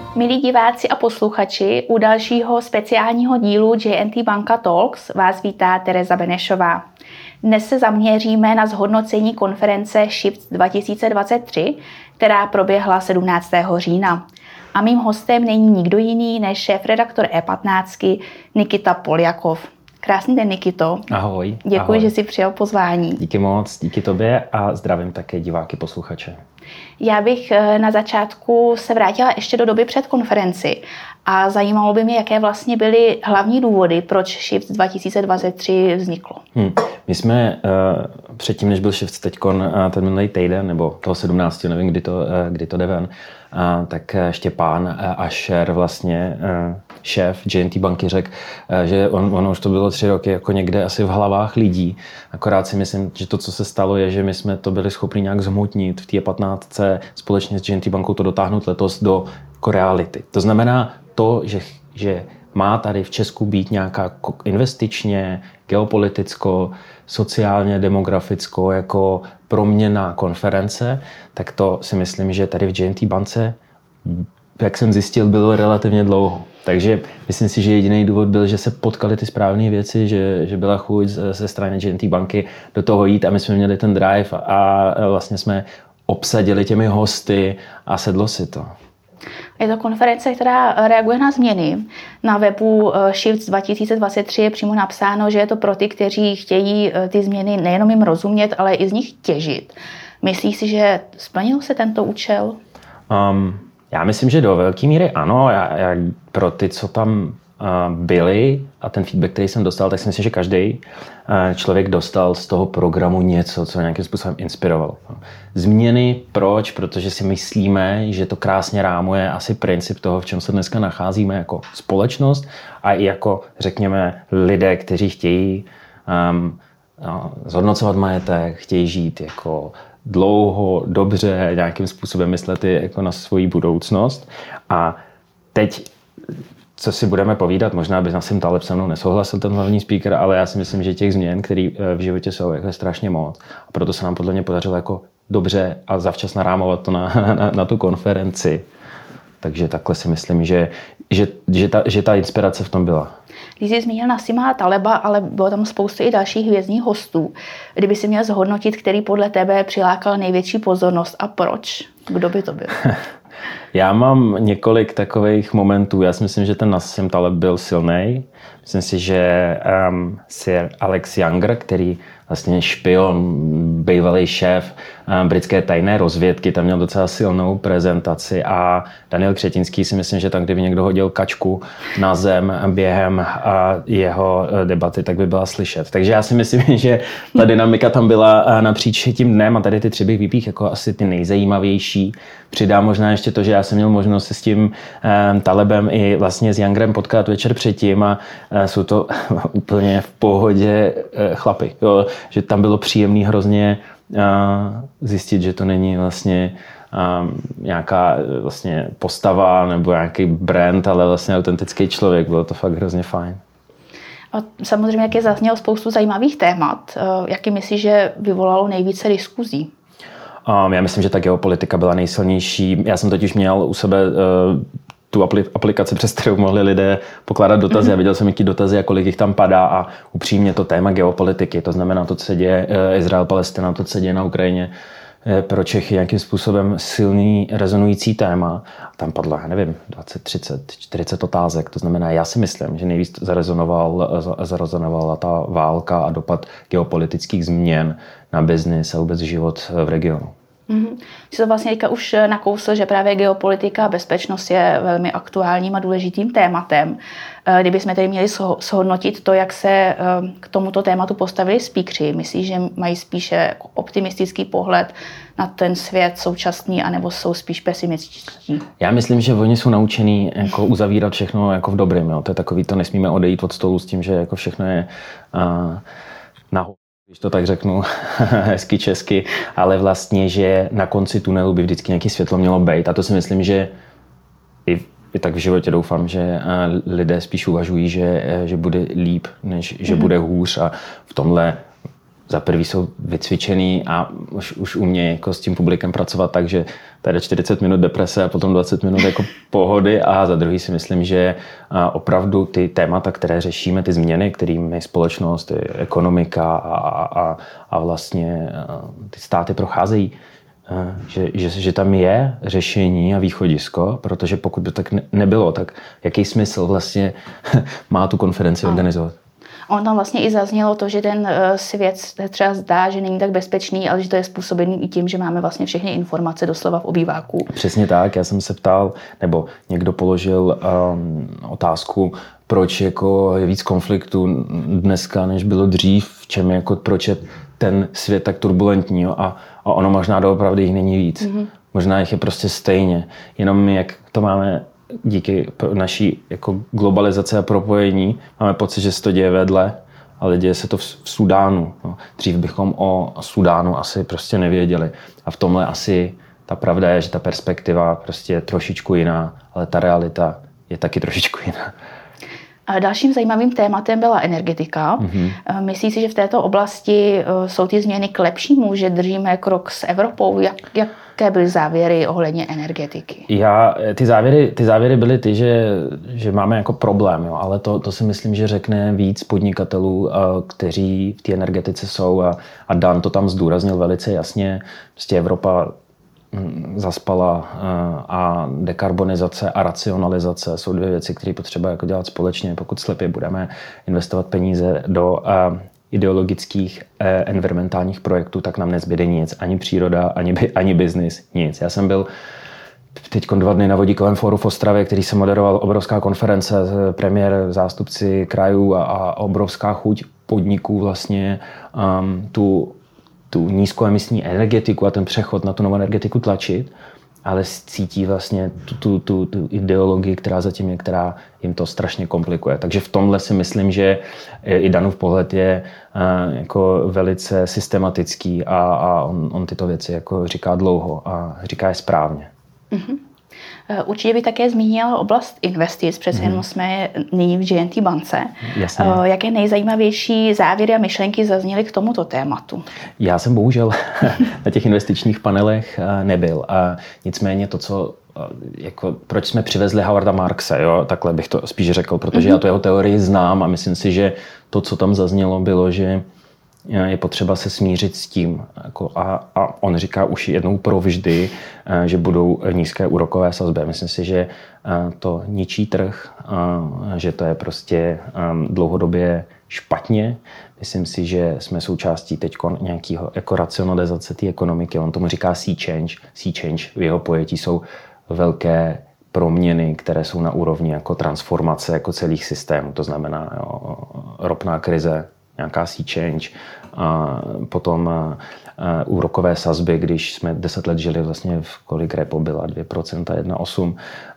Milí diváci a posluchači, u dalšího speciálního dílu J&T Banka Talks vás vítá Tereza Benešová. Dnes se zaměříme na zhodnocení konference Shift 2023, která proběhla 17. října. A mým hostem není nikdo jiný než šéfredaktor E15 Nikita Poljakov. Krásný den, Nikito. Ahoj. Děkuji, ahoj. že jsi přijal pozvání. Díky moc, díky tobě a zdravím také diváky, posluchače. Já bych na začátku se vrátila ještě do doby před konferenci a zajímalo by mě, jaké vlastně byly hlavní důvody, proč Shift 2023 vzniklo. My jsme předtím, než byl Shift teďkon ten minulý týden, nebo toho 17. nevím, kdy to jde ven, tak Štěpán Ašer, vlastně šéf J&T banky, řekl, že ono už to bylo 3 roky jako někde asi v hlavách lidí. Akorát si myslím, že to, co se stalo, je, že my jsme to byli schopni nějak zhmotnit v té 15. společně s J&T bankou to dotáhnout letos do jako reality. To znamená to, že má tady v Česku být nějaká investičně, geopoliticko, sociálně, demograficko jako proměnná konference, tak to si myslím, že tady v J&T bance, jak jsem zjistil, bylo relativně dlouho. Takže myslím si, že jediný důvod byl, že se potkaly ty správné věci, že byla chuť ze strany J&T banky do toho jít a my jsme měli ten drive a vlastně jsme obsadili těmi hosty a sedlo si to. Je to konference, která reaguje na změny. Na webu Shift 2023 je přímo napsáno, že je to pro ty, kteří chtějí ty změny nejenom jim rozumět, ale i z nich těžit. Myslíš si, že splnil se tento účel? Já myslím, že do velké míry ano. Já pro ty, co tam byli a ten feedback, který jsem dostal, tak si myslím, že každý člověk dostal z toho programu něco, co nějakým způsobem inspirovalo. Změny proč? Protože si myslíme, že to krásně rámuje asi princip toho, v čem se dneska nacházíme jako společnost a i jako, řekněme, lidé, kteří chtějí zhodnocovat majetek, chtějí žít jako dlouho, dobře, nějakým způsobem myslet jako na svoji budoucnost. A teď, co si budeme povídat, možná by Nassim Taleb se mnou nesouhlasil ten hlavní speaker, ale já si myslím, že těch změn, které v životě jsou, jako je strašně moc. A proto se nám podle mě podařilo jako dobře a zavčas narámovat to na tu konferenci. Takže takhle si myslím, že ta inspirace v tom byla. Když jsi zmínil Nassima Taleba, ale bylo tam spoustu i dalších hvězdných hostů. Kdyby si měl zhodnotit, který podle tebe přilákal největší pozornost a proč? Kdo by to byl? Já mám několik takových momentů. Já si myslím, že ten Nassim Taleb byl silnej. Myslím si, že Sir Alex Younger, který vlastně špion, bývalý šéf britské tajné rozvědky, tam měl docela silnou prezentaci a Daniel Křetínský si myslím, že tam, kdyby někdo hodil kačku na zem během jeho debaty, tak by byla slyšet. Takže já si myslím, že ta dynamika tam byla napříč tím dnem a tady ty 3 bych vypích jako asi ty nejzajímavější. Přidám možná ještě to, že já jsem měl možnost se s tím Talebem i vlastně s Youngerem potkat večer předtím a jsou to úplně v pohodě chlapy. Jo, že tam bylo příjemný hrozně zjistit, že to není vlastně nějaká vlastně postava nebo nějaký brand, ale vlastně autentický člověk. Bylo to fakt hrozně fajn. A samozřejmě, jak je zaznělo spoustu zajímavých témat, jaký myslíš, že vyvolalo nejvíce diskuzí? Já myslím, že ta geopolitika byla nejsilnější. Já jsem totiž měl u sebe tu aplikaci, přes kterou mohli lidé pokládat dotazy. A viděl jsem, jaký dotazy a kolik jich tam padá a upřímně to téma geopolitiky, to znamená to, co se děje Izrael, Palestina, to, co se děje na Ukrajině, pro Čechy nějakým způsobem silný, rezonující téma. Tam padlo, já nevím, 20, 30, 40 otázek. To znamená, já si myslím, že nejvíc zarezonovala ta válka a dopad geopolitických změn na biznis a vůbec život v regionu. Jsi to vlastně teďka už nakousl, že právě geopolitika a bezpečnost je velmi aktuálním a důležitým tématem. Kdybychom tedy měli shodnotit to, jak se k tomuto tématu postavili speakři, myslíš, že mají spíše optimistický pohled na ten svět současný, anebo jsou spíš pesimističtí? Já myslím, že oni jsou naučení jako uzavírat všechno jako v dobrým. Jo. To je takový, to nesmíme odejít od stolu s tím, že jako všechno je nahoru. Když to tak řeknu hezky česky, ale vlastně, že na konci tunelu by vždycky nějaké světlo mělo být. A to si myslím, že i tak v životě doufám, že lidé spíš uvažují, že bude líp, než že bude hůř. A v tomhle za prvý jsou vycvičený a už umějí jako s tím publikem pracovat tak, že tady 40 minut deprese a potom 20 minut jako pohody, a za druhý si myslím, že opravdu ty témata, které řešíme, ty změny, kterými společnost, ekonomika a vlastně ty státy procházejí, že tam je řešení a východisko, protože pokud by tak nebylo, tak jaký smysl vlastně má tu konferenci organizovat? On tam vlastně i zaznělo to, že ten svět se třeba zdá, že není tak bezpečný, ale že to je způsobený i tím, že máme vlastně všechny informace doslova v obýváku. Přesně tak, já jsem se ptal, nebo někdo položil otázku, proč jako je víc konfliktů dneska, než bylo dřív, v čem jako, proč je ten svět tak turbulentní, jo? A ono možná doopravdy jich není víc. Mm-hmm. Možná jich je prostě stejně. Jenom jak to máme díky naší jako globalizaci a propojení, máme pocit, že se to děje vedle, ale děje se to v Súdánu. No. Dřív bychom o Súdánu asi prostě nevěděli. A v tomhle asi ta pravda je, že ta perspektiva prostě je trošičku jiná, ale ta realita je taky trošičku jiná. Dalším zajímavým tématem byla energetika. Mm-hmm. Myslíš si, že v této oblasti jsou ty změny k lepšímu, že držíme krok s Evropou? Jaké byly závěry ohledně energetiky? Ty závěry byly ty, že máme jako problém, jo, ale to si myslím, že řekne víc podnikatelů, kteří v té energetice jsou, a Dan to tam zdůraznil velice jasně. Prostě Evropa zaspala a dekarbonizace a racionalizace jsou dvě věci, které potřeba jako dělat společně. Pokud slepě budeme investovat peníze do ideologických environmentálních projektů, tak nám nezbyde nic. Ani příroda, ani biznis, nic. Já jsem byl teď 2 dny na Vodíkovém fóru v Ostravě, který se moderoval, obrovská konference, premiér, zástupci krajů a obrovská chuť podniků vlastně tu nízkoemisní energetiku a ten přechod na tu novou energetiku tlačit, ale cítí vlastně tu ideologii, která zatím je, která jim to strašně komplikuje. Takže v tomhle si myslím, že i Danův pohled je jako velice systematický a on tyto věci jako říká dlouho a říká je správně. Mm-hmm. Určitě by také zmínila oblast investic, přece jenom jsme nyní v GNT bance. Jasně. Jaké nejzajímavější závěry a myšlenky zazněly k tomuto tématu? Já jsem bohužel na těch investičních panelech nebyl. Nicméně to, co jako, proč jsme přivezli Howarda Markse, jo? Takhle bych to spíš řekl, protože já tu jeho teorii znám a myslím si, že to, co tam zaznělo, bylo, že je potřeba se smířit s tím. Jako a on říká už jednou provždy, že budou nízké úrokové sazby. Myslím si, že to ničí trh, že to je prostě dlouhodobě špatně. Myslím si, že jsme součástí teď nějakého jako racionalizace té ekonomiky. On tomu říká sea change. Sea change v jeho pojetí jsou velké proměny, které jsou na úrovni jako transformace jako celých systémů. To znamená ropná krize, nějaká sea change, a potom úrokové sazby, když jsme 10 let žili vlastně v kolik repo byla 2%, 1,8%,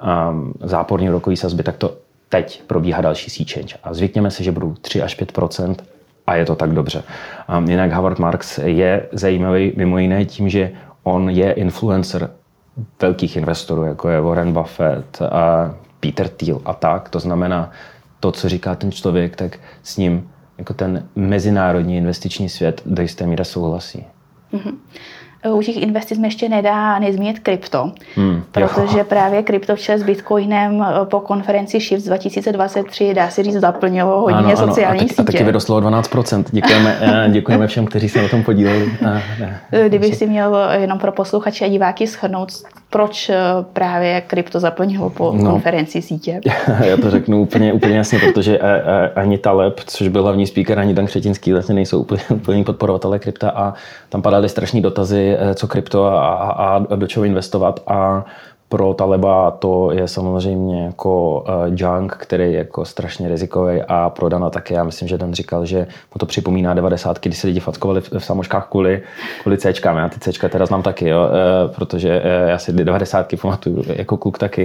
záporní úrokové sazby, tak to teď probíhá další sea change. A zvykněme si, že budou 3 až 5% a je to tak dobře. Jinak Howard Marks je zajímavý mimo jiné tím, že on je influencer velkých investorů, jako je Warren Buffett a Peter Thiel a tak. To znamená, to, co říká ten člověk, tak s ním jako ten mezinárodní investiční svět do jisté míry souhlasí. Mm-hmm. U těch investic mi ještě nedá nezmínit krypto, protože právě krypto v čele s Bitcoinem po konferenci Shift 2023, dá se říct, zaplnilo hodně sociální sítě. A taky vyrostlo 12%. Děkujeme všem, kteří se na tom podíleli. Kdybych si měl jenom pro posluchače a diváky shrnout, proč právě krypto zaplnilo po konferenci sítě? Já to řeknu úplně jasně, protože ani Taleb, což byl hlavní speaker, ani Dan Křetinský vlastně nejsou úplní podporovatelé krypta a tam padaly strašní dotazy, co krypto a do čeho investovat, a pro Taleba to je samozřejmě jako junk, který je jako strašně rizikový, a pro Dana také. Já myslím, že Dan říkal, že mu to připomíná 90, kdy se lidi fackovali v samoškách kvůli C-čkám. Já ty C-čka teda znám taky, jo, protože já si 90 pamatuju jako kluk taky.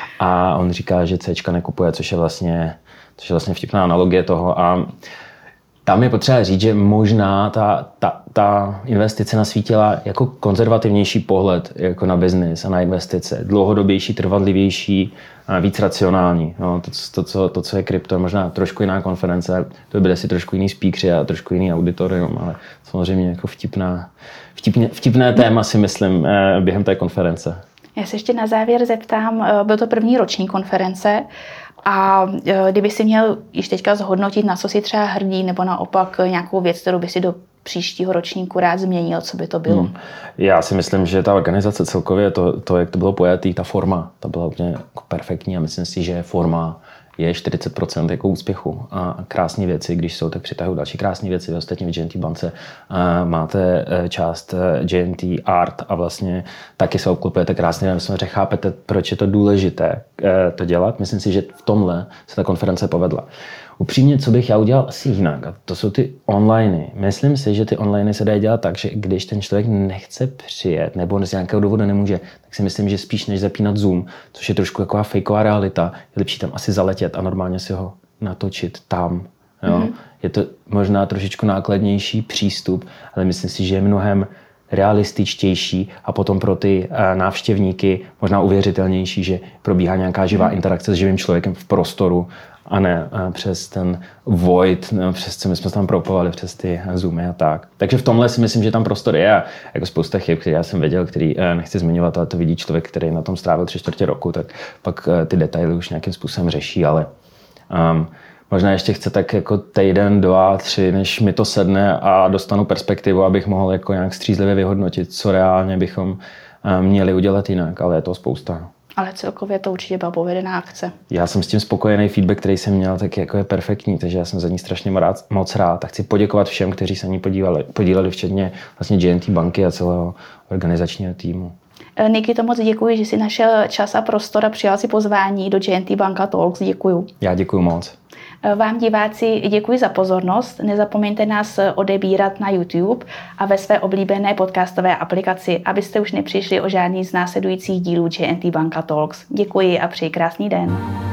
A on říká, že C-čka nekupuje, což je vlastně vtipná analogie toho. A tam je potřeba říct, že možná ta investice nasvítila jako konzervativnější pohled jako na biznis a na investice. Dlouhodobější, trvanlivější, víc racionální. No, to, co je krypto, možná trošku jiná konference, to byly si trošku jiný speakři a trošku jiný auditorium, ale samozřejmě jako vtipné téma si myslím během té konference. Já se ještě na závěr zeptám, byl to první ročník konference a kdyby si měl již teďka zhodnotit, na co si třeba hrdý, nebo naopak nějakou věc, kterou by si do příštího ročníku rád změnil, co by to bylo? Já si myslím, že ta organizace celkově, to jak to bylo pojatý, ta forma, ta byla úplně jako perfektní a myslím si, že forma je 40% jako úspěchu a krásné věci, když jsou, tak přitahují další krásné věci. Ostatně v JNT bance máte část JNT Art a vlastně taky se obklopujete krásně. Myslím, že chápete, proč je to důležité to dělat. Myslím si, že v tomhle se ta konference povedla. Upřímně, co bych já udělal asi jinak, a to jsou ty online. Myslím si, že ty online se dají dělat tak, že když ten člověk nechce přijet nebo z nějakého důvodu nemůže, tak si myslím, že spíš než zapínat Zoom, což je trošku taková fejková realita, je lepší tam asi zaletět a normálně si ho natočit tam. Jo? Je to možná trošičku nákladnější přístup, ale myslím si, že je mnohem realističtější a potom pro ty návštěvníky možná uvěřitelnější, že probíhá nějaká živá interakce s živým člověkem v prostoru a ne přes ten void, přes co my jsme tam propovali, přes ty Zoomy a tak. Takže v tomhle si myslím, že tam prostor je a jako spousta chyb, který já jsem věděl, který nechci zmiňovat, ale to vidí člověk, který na tom strávil 3/4 roku, tak pak ty detaily už nějakým způsobem řeší, ale možná ještě chce tak jako týden, 2, 3, než mi to sedne a dostanu perspektivu, abych mohl jako nějak střízlivě vyhodnotit, co reálně bychom měli udělat jinak, ale je to spousta. Ale celkově to určitě byla povedená akce. Já jsem s tím spokojený, feedback, který jsem měl, tak jako je perfektní, takže já jsem za ní strašně moc rád a chci poděkovat všem, kteří se ní podíleli, včetně vlastně JNT banky a celého organizačního týmu. Niky, to moc děkuji, že jsi našel čas a prostor a přijal si pozvání do JNT Banka Talks. Děkuju. Já děkuju moc. Vám diváci děkuji za pozornost. Nezapomeňte nás odebírat na YouTube a ve své oblíbené podcastové aplikaci, abyste už nepřišli o žádný z následujících dílů JNT Banka Talks. Děkuji a přeji krásný den.